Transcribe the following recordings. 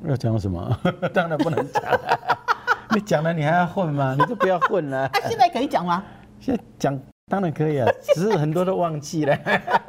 要讲什么？当然不能讲。你讲了，你还要混吗？你就不要混了。 现在可以讲吗？ 现在讲当然可以啊，只是很多都忘记了。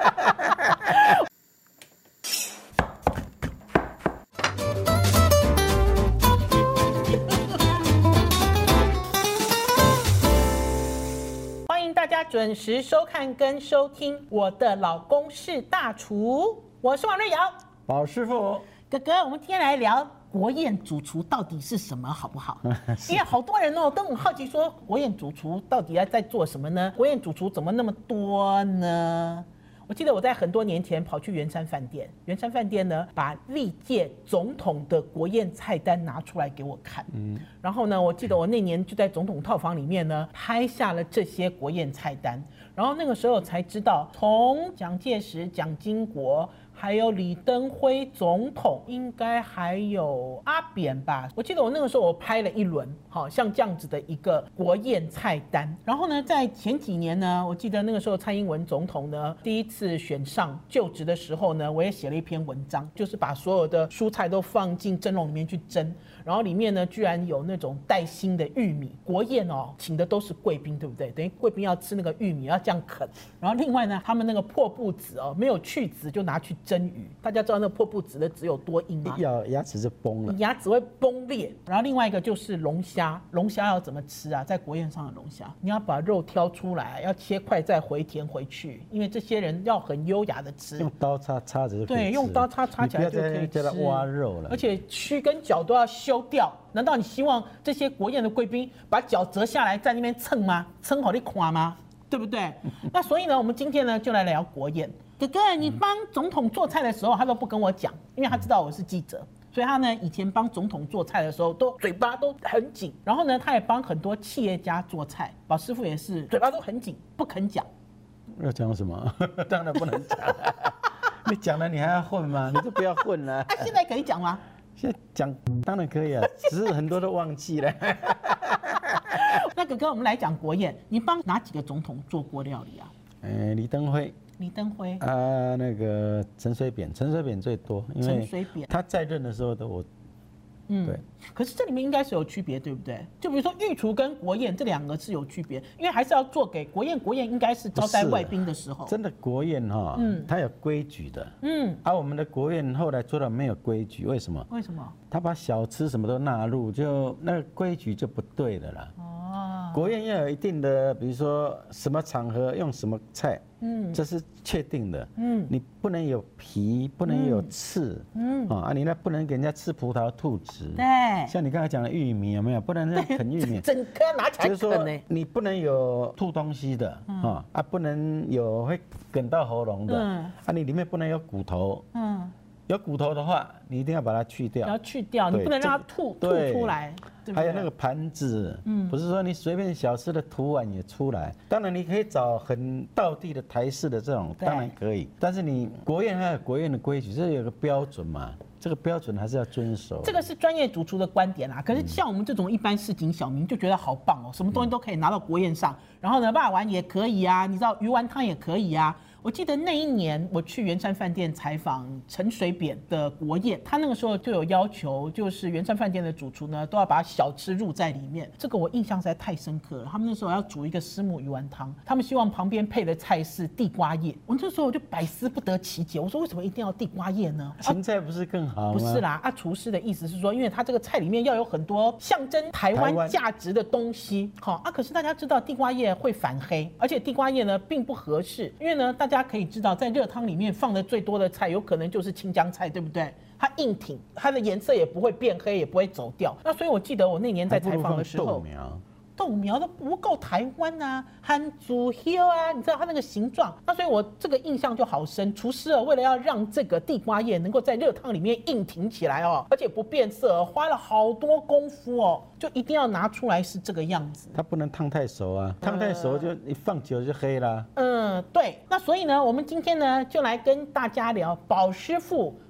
欢迎大家准时收看跟收听《我的老公是大厨》，我是王瑞瑶， 宝师傅， 哥哥，我们今天来聊国宴主厨到底是什么，好不好？因为好多人都很好奇，说国宴主厨到底在做什么呢？国宴主厨怎么那么多呢？我记得我在很多年前跑去圆山饭店，圆山饭店呢把历届总统的国宴菜单拿出来给我看，然后呢，我记得我那年就在总统套房里面呢拍下了这些国宴菜单，然后那个时候才知道，从蒋介石、蒋经国。还有李登辉总统，应该还有阿扁吧。我记得我那个时候我拍了一轮，好像这样子的一个国宴菜单。然后呢，在前几年呢，我记得那个时候蔡英文总统呢第一次选上就职的时候呢，我也写了一篇文章，就是把所有的蔬菜都放进蒸笼里面去蒸，然后里面呢居然有那种带芯的玉米。国宴哦，请的都是贵宾，对不对？等于贵宾要吃那个玉米，要这样啃。然后另外呢，他们那个破布子哦，没有去籽就拿去蒸鱼，大家知道那破布子的籽有多硬吗？ 牙齿就崩了， 牙齿会崩裂。然后另外一个就是龙虾，龙虾要怎么吃啊？在国宴上的龙虾，你要把肉挑出来，要切块再回填回去，因为这些人要很优雅的吃， 用刀叉着就可以吃。 对，用刀叉起来就可以吃。 不要再挖肉了， 而且须跟脚都要修掉。难道你希望这些国宴的贵宾把脚折下来在那边蹭吗？蹭好你垮吗？对不对？那所以呢，我们今天呢就来聊国宴。哥哥，你帮总统做菜的时候，他都不跟我讲，因为他知道我是记者，所以他呢以前帮总统做菜的时候，都嘴巴都很紧。然后呢，他也帮很多企业家做菜，宝师傅也是嘴巴都很紧，不肯讲。 要讲什么？当然不能讲。你讲了，你还要混吗？你就不要混了。 现在可以讲吗？ 现在讲当然可以啊，只是很多都忘记了。 那哥哥，我们来讲国宴，你帮哪几个总统做过料理啊？ 李登辉。 李登辉啊，那个陈水扁最多，因为他在任的时候的我，对。 可是这里面应该是有区别，对不对？就比如说御厨跟国宴这两个是有区别，因为还是要做给国宴，国宴应该是招待外宾的时候。 真的国宴哈，它有规矩的，而我们的国宴后来做到没有规矩，为什么？ 为什么？ 他把小吃什么都纳入，就那个规矩就不对了啦。国宴要有一定的，比如说什么场合用什么菜，这是确定的，你不能有皮，不能有刺，你那不能给人家吃葡萄吐籽， 对， 像你刚才讲的玉米有没有？不能啃玉米， 整颗拿起来啃呢。就是说你不能有吐东西的，不能有会哽到喉咙的，你里面不能有骨头，有骨头的话，你一定要把它去掉， 要去掉，你不能让它吐出来。 还有那个盘子，不是说你随便小吃的图案也出来。当然你可以找很道地的台式的这种，当然可以。但是你国宴还有国宴的规矩，这有个标准嘛，这个标准还是要遵守。 这个是专业主厨的观点啦。可是像我们这种一般市井小民就觉得好棒哦，什么东西都可以拿到国宴上，然后呢，肉丸也可以啊，你知道鱼丸汤也可以啊。我记得那一年我去圆山饭店采访陈水扁的国宴，他那个时候就有要求，就是圆山饭店的主厨呢都要把小吃入在里面。这个我印象实在太深刻了。他们那时候要煮一个虱目鱼丸汤，他们希望旁边配的菜是地瓜叶。我那时候我就百思不得其解，我说为什么一定要地瓜叶呢？ 芹菜不是更好吗？ 不是啦，厨师的意思是说，因为他这个菜里面要有很多象征台湾价值的东西。好可是大家知道地瓜叶会反黑，而且地瓜叶呢并不合适，因为呢大家可以知道，在热汤里面放的最多的菜，有可能就是青江菜，对不对？它硬挺，它的颜色也不会变黑，也不会走掉。那所以我记得我那年在采访的时候，豆苗都不够台湾啊，汉竹叶啊，你知道它那个形状。那所以我这个印象就好深。厨师为了要让这个地瓜叶能够在热汤里面硬挺起来而且不变色，花了好多功夫就一定要拿出来是这个样子。 它不能烫太熟啊，烫太熟就一放久就黑啦。 对。那所以呢，我们今天呢就来跟大家聊宝师傅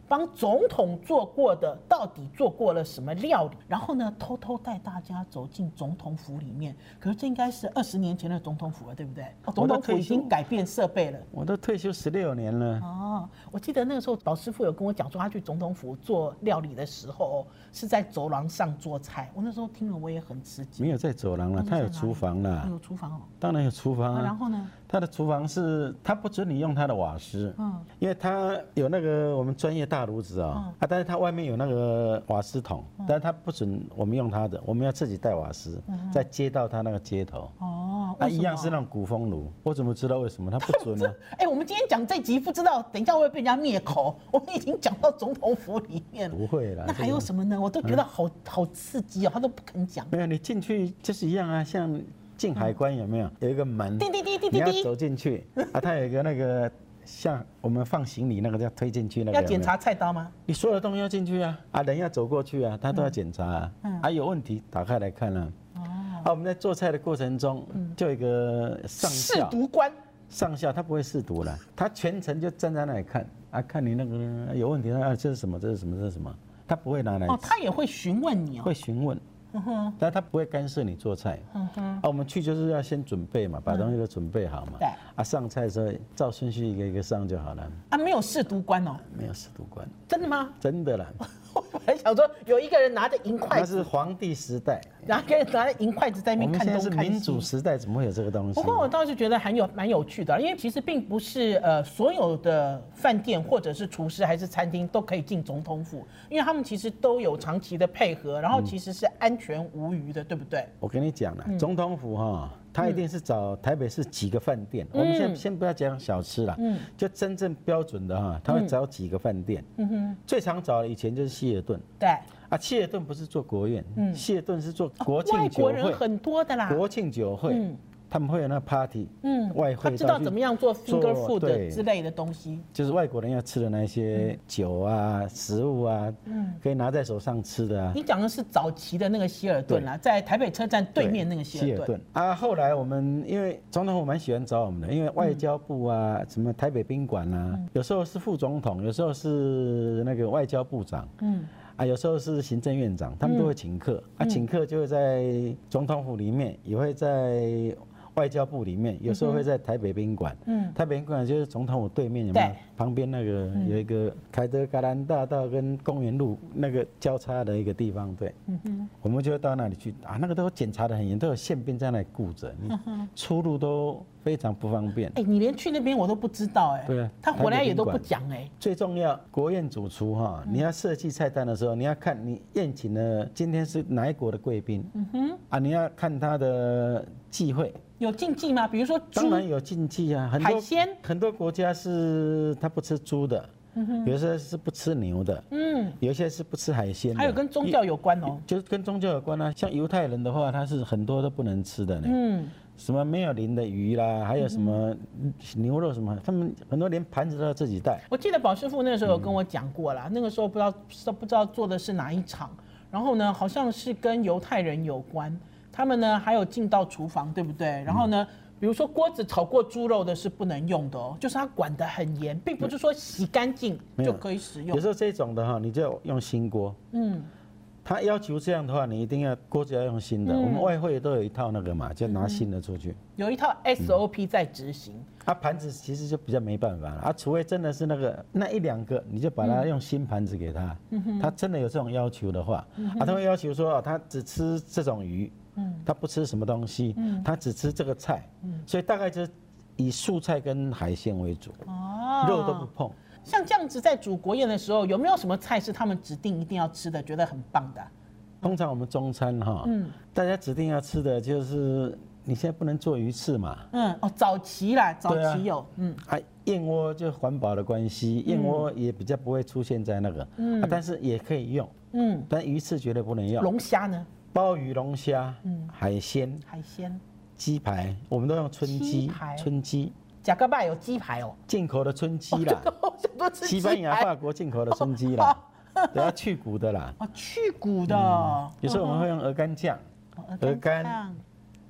帮总统做过的到底做过了什么料理，然后呢，偷偷带大家走进总统府里面。可是这应该是20年前的总统府了，对不对？总统府已经改变设备了。 我都退休16年了。 哦，我记得那个时候宝师傅有跟我讲说，他去总统府做料理的时候是在走廊上做菜。我那时候听了我也很吃惊。 没有在走廊了，他有厨房了。 有厨房哦。 当然有厨房啊。 然后呢？ 他的厨房是他不准你用他的瓦斯，因为他有那个我们专业大炉子啊，但是他外面有那个瓦斯桶，但是他不准我们用他的，我们要自己带瓦斯，再接到他那个接头。哦，一样是那种鼓风炉，我怎么知道为什么他不准呢？ 哎，我们今天讲这集，不知道等一下会不会被人家灭口？我们已经讲到总统府里面了。 不会啦。 那还有什么呢？我都觉得好刺激哦，他都不肯讲。 没有，你进去就是一样啊，像。进海关有没有有一个门？ 滴滴滴滴滴， 你要走进去啊，它有一个那个像我们放行李那个叫推进去那个。 要检查菜刀吗？ 你所有的东西要进去啊，人要走过去啊，他都要检查啊，有问题打开来看啊。我们在做菜的过程中就有一个上校。 试毒官。 上校他不会试毒了，他全程就站在那里看啊，看你那个有问题啊，这是什么？这是什么？这是什么？他不会拿来。 他也会询问你哦。 会询问。但他不会干涉你做菜。我们去就是要先准备嘛，把东西都准备好嘛。对。上菜的时候照顺序一个一个上就好了。 没有试毒官哦。 没有试毒官。 真的吗？ 真的啦。 我还想说，有一个人拿着银筷子。 那是皇帝时代。 拿着银筷子在那边看东看西。 我们现在是民主时代，怎么会有这个东西？ 不过我倒是觉得蛮有趣的，因为其实并不是所有的饭店或者是厨师还是餐厅都可以进总统府，因为他们其实都有长期的配合，然后其实是安全无虞的，对不对？ 我跟你讲了，总统府哈。他一定是找台北市几个饭店，我们先不要讲小吃了，就真正标准的哈，他会找几个饭店。最常找的以前就是希尔顿。 对。 希尔顿不是做国宴，希尔顿是做国庆酒会。 外国人很多的啦。 国庆酒会。他们会有那 party，外汇他知道怎么样做 finger food 之类的东西， 就是外国人要吃的那些酒啊、食物啊，可以拿在手上吃的啊。 你讲的是早期的那个希尔顿啦，在台北车站对面那个希尔顿啊。后来我们因为总统府蛮喜欢找我们的，因为外交部啊、什么台北宾馆啊，有时候是副总统，有时候是那个外交部长，有时候是行政院长，他们都会请客请客就会在总统府里面，也会在外交部里面，有时候会在台北宾馆。台北宾馆就是总统府对面，有没有？旁边那个有一个凯德格兰大道跟公园路那个交叉的一个地方，对。我们就会到那里去那个都检查得很严，都有宪兵在那里顾着，你出入都非常不方便。 你连去那边我都不知道对啊， 他回来也都不讲最重要，国宴主厨你要设计菜单的时候，你要看你宴请的今天是哪一国的贵宾。你要看他的忌讳。 有禁忌吗？比如说猪？ 当然有禁忌啊， 海鲜。 很多国家是他不吃猪的，有些是不吃牛的，有些是不吃海鲜的。 还有跟宗教有关哦， 就是跟宗教有关啊。像犹太人的话，他是很多都不能吃的呢。什么没有鳞的鱼啦，还有什么牛肉什么，他们很多连盘子都要自己带。 我记得宝师傅那时候有跟我讲过啦，那个时候不知道做的是哪一场，然后呢，好像是跟犹太人有关。他们呢还有进到厨房，对不对？然后呢，比如说锅子炒过猪肉的是不能用的哦，就是它管得很严，并不是说洗干净就可以使用。 有时候这种的你就用新锅。他要求这样的话，你一定要锅子要用新的。我们外汇都有一套那个嘛，就拿新的出去。 有一套 SOP 在执行。 盘子其实就比较没办法了除非真的是那一两个，你就把它用新盘子给他。他真的有这种要求的话，他会要求说他只吃这种鱼。他不吃什么东西，他只吃这个菜，所以大概就是以素菜跟海鲜为主，肉都不碰。 像这样子在煮国宴的时候，有没有什么菜是他们指定一定要吃的，觉得很棒的？ 通常我们中餐大家指定要吃的就是你现在不能做鱼翅嘛， 早期啦，早期有， 燕窝就环保的关系，燕窝也比较不会出现在那个，但是也可以用，但鱼翅绝对不能用。 龙虾呢？ 鲍鱼、龙虾，海鲜，鸡排，我们都用春鸡，春鸡。 甲壳拜有鸡排哦， 进口的春鸡啦，西班牙、法国进口的春鸡啦，都要去骨的啦。 去骨的。 有时候我们会用鹅肝酱，鹅肝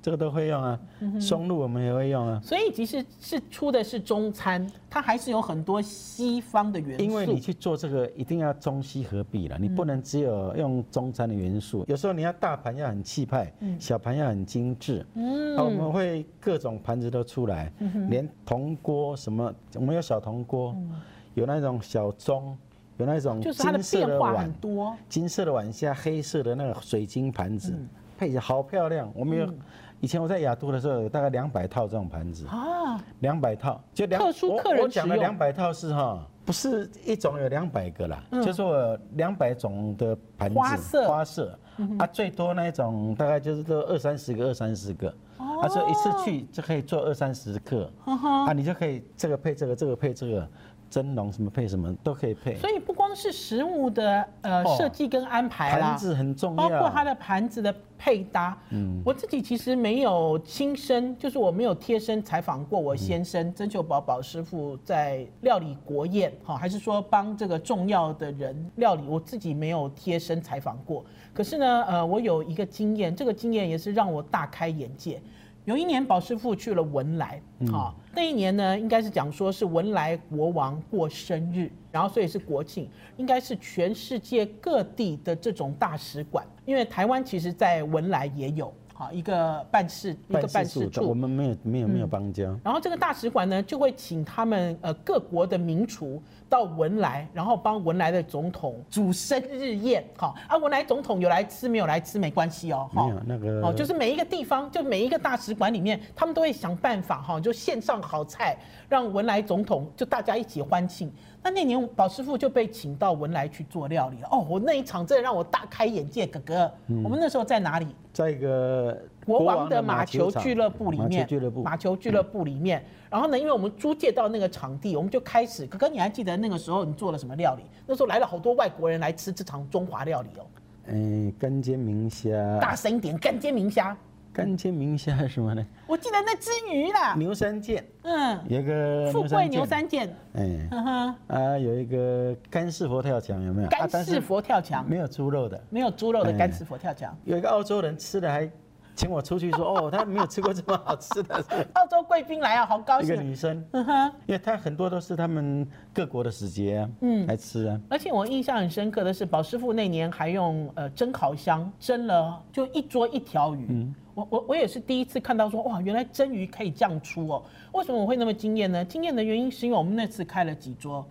这个都会用啊，松露我们也会用啊。 所以即使是出的是中餐，它还是有很多西方的元素。 因为你去做这个，一定要中西合璧了，你不能只有用中餐的元素。有时候你要大盘要很气派，小盘要很精致。我们会各种盘子都出来，连铜锅什么，我们有小铜锅，有那种小盅。有那种金色的碗，金色的碗下黑色的那个水晶盘子，配起来好漂亮。我们有以前我在雅都的时候，有大概200套这种盘子啊，200套，就特殊客人我讲的200套是哈，不是一种有200个啦，就是我200种的盘子花色啊，最多那种大概就是都20-30个，20-30个。啊，所以一次去就可以做20-30克，啊，你就可以这个配这个，这个配这个。蒸笼什么配什么都可以配， 所以不光是食物的设计跟安排啦， 盘子很重要， 包括它的盘子的配搭。我自己其实没有亲身，就是我没有贴身采访过我先生曾秀宝师傅在料理国宴，还是说帮这个重要的人料理，我自己没有贴身采访过。可是呢，我有一个经验，这个经验也是让我大开眼界。有一年，宝师傅去了文莱，那一年呢，应该是讲说是文莱国王过生日，然后所以是国庆，应该是全世界各地的这种大使馆，因为台湾其实在文莱也有。一个办事处， 我们没有邦交。 然后这个大使馆呢，就会请他们各国的名厨到文莱，然后帮文莱的总统煮生日宴。文莱总统有来吃没有来吃没关系哦。 没有那个就是每一个地方，就每一个大使馆里面，他们都会想办法就献上好菜，让文莱总统就大家一起欢庆。那年宝师傅就被请到文莱去做料理了。我那一场真的让我大开眼界，哥哥。我们那时候在哪里？ 在一个国王的马球俱乐部里面，马球俱乐部里面。然后呢，因为我们租借到那个场地，我们就开始。哥哥，你还记得那个时候你做了什么料理？那时候来了好多外国人来吃这场中华料理哦。 干煎明虾。 大声一点，干煎明虾。 干煎明虾是什么呢？ 我记得那只鱼啦， 牛三件，有一个富贵牛三件， 有一个干式佛跳墙，有没有？ 干式佛跳墙没有猪肉的， 没有猪肉的干式佛跳墙。 有一个澳洲人吃的还请我出去说，他没有吃过这么好吃的。 澳洲贵宾来啊，好高兴。 一个女生，因为她很多都是他们各国的使节啊，来吃啊。 而且我印象很深刻的是，宝师傅那年还用蒸烤箱蒸了就一桌一条鱼。我也是第一次看到说，哇，原来蒸鱼可以这样出哦。为什么我会那么惊艳呢？惊艳的原因是因为我们那次开了几桌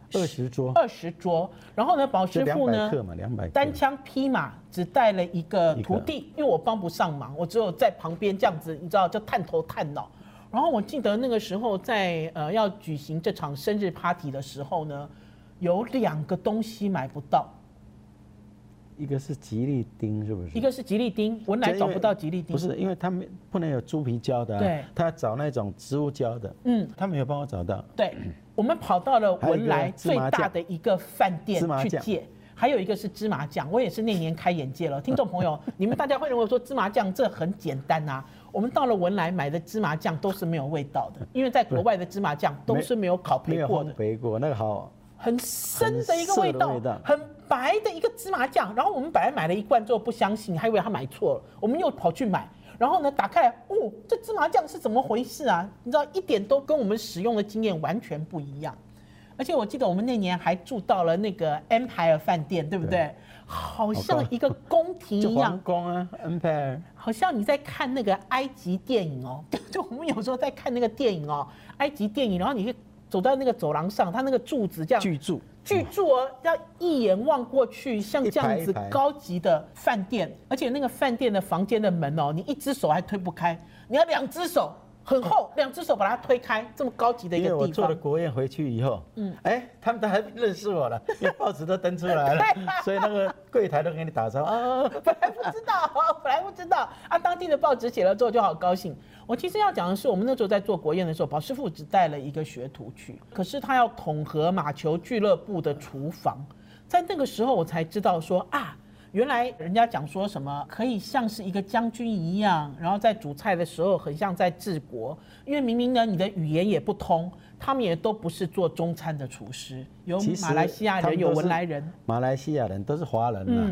，20桌。然后呢，宝师傅呢 ，200克单枪匹马只带了一个徒弟，因为我帮不上忙，我只有在旁边这样子，你知道，就探头探脑。然后我记得那个时候在要举行这场生日 party 的时候呢，有2个东西买不到。 一个是吉利丁，是不是？ 一个是吉利丁，文莱找不到吉利丁。 不是，因为他们不能有猪皮胶的， 对， 他要找那种植物胶的，他没有帮我找到。 对，我们跑到了文莱最大的一个饭店去借，还有一个是芝麻酱，我也是那年开眼界了。听众朋友，你们大家会认为说芝麻酱这很简单啊？我们到了文莱买的芝麻酱都是没有味道的，因为在国外的芝麻酱都是没有烤焙过的， 没有烘焙过，那个好。 很深的一个味道，很白的一个芝麻酱。然后我们本来买了一罐之后不相信，还以为他买错了，我们又跑去买。然后呢，打开来，这芝麻酱是怎么回事啊？你知道，一点都跟我们使用的经验完全不一样。而且我记得我们那年还住到了那个 Empire 饭店，对不对？好像一个宫廷一样。 皇宫啊 ，Empire。 好像你在看那个埃及电影哦，就我们有时候在看那个电影哦，埃及电影，然后你会走到那个走廊上，它那个柱子这样巨柱哦，要一眼望过去，像这样子高级的饭店，而且那个饭店的房间的门哦，你一只手还推不开，你要2只手。很厚，2只手把它推开，这么高级的一个地方。 因为我做了国宴回去以后，他们都还认识我了，因为报纸都登出来了，所以那个柜台都给你打招呼。 本来不知道啊，当地的报纸写了之后就好高兴。我其实要讲的是，我们那时候在做国宴的时候，宝师傅只带了一个学徒去，可是他要统合马球俱乐部的厨房，在那个时候我才知道说啊。原来人家讲说什么可以像是一个将军一样，然后在煮菜的时候很像在治国，因为明明呢你的语言也不通，他们也都不是做中餐的厨师，有马来西亚人，有文莱人， 马来西亚人都是华人嘛。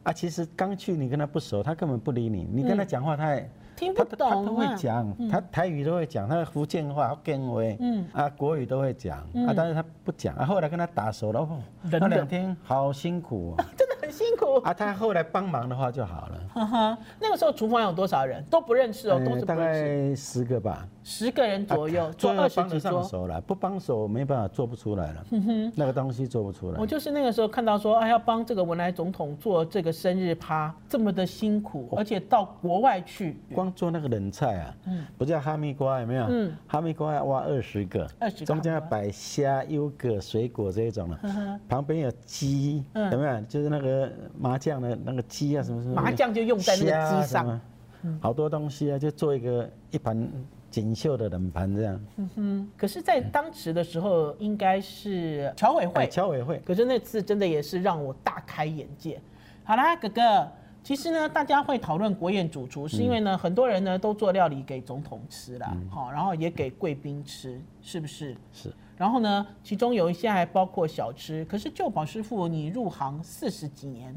啊，其实刚去你跟他不熟，他根本不理你，你跟他讲话他也。 听不懂他都会讲，他台语都会讲，他福建话、福建话，国语都会讲，但是他不讲，后来跟他打熟了，那2天好辛苦哦， 真的很辛苦啊。他后来帮忙的话就好了。 那个时候厨房有多少人都不认识哦，都是大概10个吧 ，10个人左右，做20几桌， 手了，不帮手没办法做不出来了，那个东西做不出来。 我就是那个时候看到说，要帮这个文莱总统做这个生日趴，这么的辛苦，而且到国外去。 光做那个冷菜啊，不叫哈密瓜有没有？哈密瓜要挖20个，中间要摆虾、优格、水果这一种的，旁边有鸡，有没有？就是那个麻酱的那个鸡啊，什么什么。 麻酱就用在那个鸡上， 好多东西啊，就做一盘锦绣的冷盘这样。 可是，在当时的时候，应该是侨委会。 侨委会。 可是那次真的也是让我大开眼界。好啦，哥哥。其实呢，大家会讨论国宴主厨，是因为呢，很多人呢都做料理给总统吃啦，好，然后也给贵宾吃，是不是？ 是。 然后呢，其中有一些还包括小吃。可是就宝师傅，你入行40几年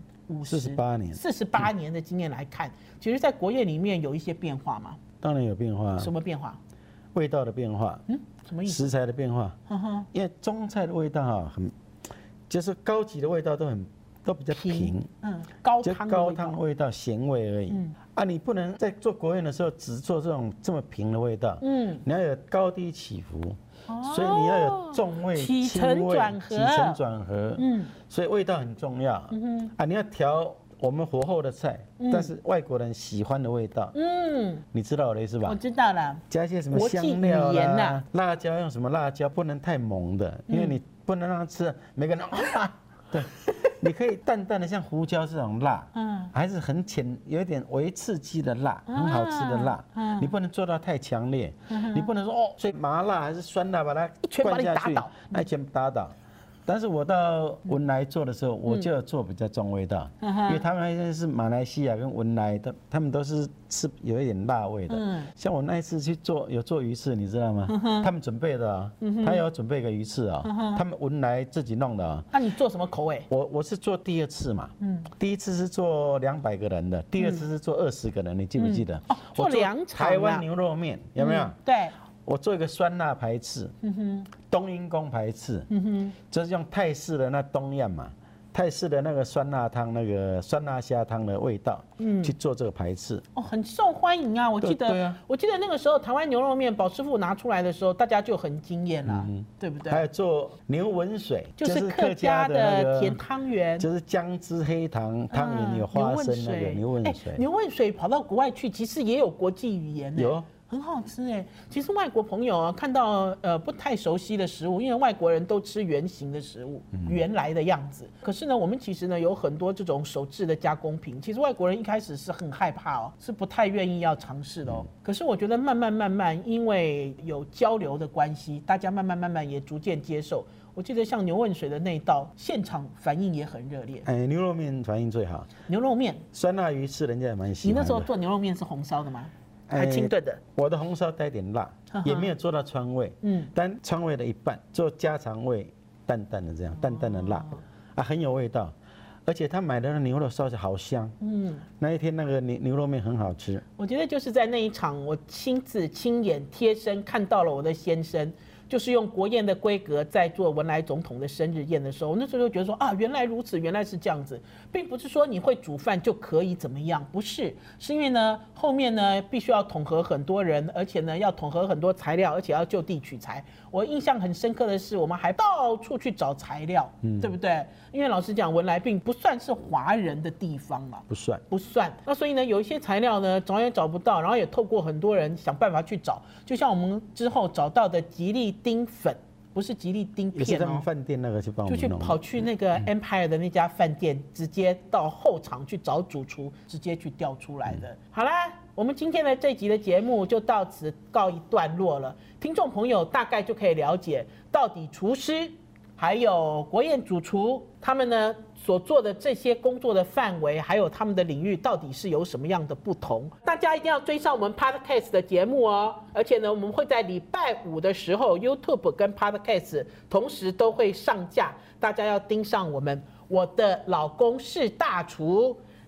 ，48年的经验来看，其实，在国宴里面有一些变化吗？ 当然有变化。 什么变化？ 味道的变化。 什么意思？ 食材的变化。因为中菜的味道啊，就是高级的味道都比较平， 高汤味道、咸味而已。你不能在做国宴的时候只做这么平的味道，你要有高低起伏，所以你要有重味、 起承转合， 所以味道很重要。你要调我们火候的菜，但是外国人喜欢的味道。你知道我的意思吧？ 我知道了。 加一些什么香料啦，辣椒用什么辣椒，不能太猛的，因为你不能让他吃，每个人对。你可以淡淡的像胡椒这种辣，还是很浅，有一点微刺激的辣，很好吃的辣。你不能做到太强烈，你不能说所以麻辣还是酸辣把它灌下去，那一拳打倒。但是我到文莱做的时候，我就有做比较重味道，因为他们那些是马来西亚跟文莱的，他们都是吃有一点辣味的。像我那一次去做有做鱼翅，你知道吗？他们准备的啊，他有准备个鱼翅啊，他们文莱自己弄的啊。 那你做什么口味？ 我是做第2次嘛，第1次是做200个人的，第2次是做20个人，你记不记得？ 做2场。 台湾牛肉面有没有？ 对。 我做一个酸辣排翅，冬阴功排翅，就是用泰式的那东样嘛，泰式的那个酸辣汤，那个酸辣虾汤的味道，去做这个排翅。 很受欢迎啊！我记得那个时候台湾牛肉面宝师傅拿出来的时候，大家就很惊艳了，对不对？ 还有做牛文水， 就是客家的甜汤圆， 就是姜汁黑糖汤圆有花生那个牛文水。 牛文水跑到国外去，其实也有国际语言。 有。 很好吃哎，其实外国朋友啊，看到不太熟悉的食物，因为外国人都吃原形的食物，原来的样子。可是呢，我们其实呢有很多这种手制的加工品，其实外国人一开始是很害怕哦，是不太愿意要尝试的哦。可是我觉得慢慢，因为有交流的关系，大家慢慢也逐渐接受。我记得像牛问水的那一道，现场反应也很热烈。 牛肉面反应最好。 牛肉面， 酸辣鱼翅人家也蛮喜欢的。 你那时候做牛肉面是红烧的吗？还清炖的， 我的红烧带点辣，也没有做到川味，但川味的一半，做家常味，淡淡的这样，淡淡的辣，很有味道，而且他买的那牛肉烧起来好香，那一天那个牛肉面很好吃。 我觉得就是在那一场，我亲眼贴身看到了我的先生。就是用国宴的规格在做文莱总统的生日宴的时候，那时候就觉得说原来如此，原来是这样子，并不是说你会煮饭就可以怎么样，不是，是因为呢后面呢必须要统合很多人，而且呢要统合很多材料，而且要就地取材。我印象很深刻的是，我们还到处去找材料，对不对？因为老实讲，文莱并不算是华人的地方嘛，不算。那所以呢，有一些材料呢找也找不到，然后也透过很多人想办法去找，就像我们之后找到的吉利丁粉，不是吉利丁片也是他们饭店那个去帮我们弄， 就去跑去那个 Empire 的那家饭店，直接到后场去找主厨，直接去调出来的。好啦，我们今天的这集的节目就到此告一段落了。听众朋友大概就可以了解，到底厨师还有国宴主厨他们呢所做的这些工作的范围，还有他们的领域到底是有什么样的不同。大家一定要追上我们 Podcast 的节目哦，而且呢我们会在礼拜5的时候 YouTube 跟 Podcast 同时都会上架，大家要盯上我们。我的老公是大厨，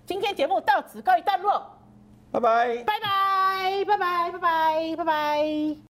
今天节目到此告一段落， 拜拜， 拜拜，拜拜，拜拜，拜拜。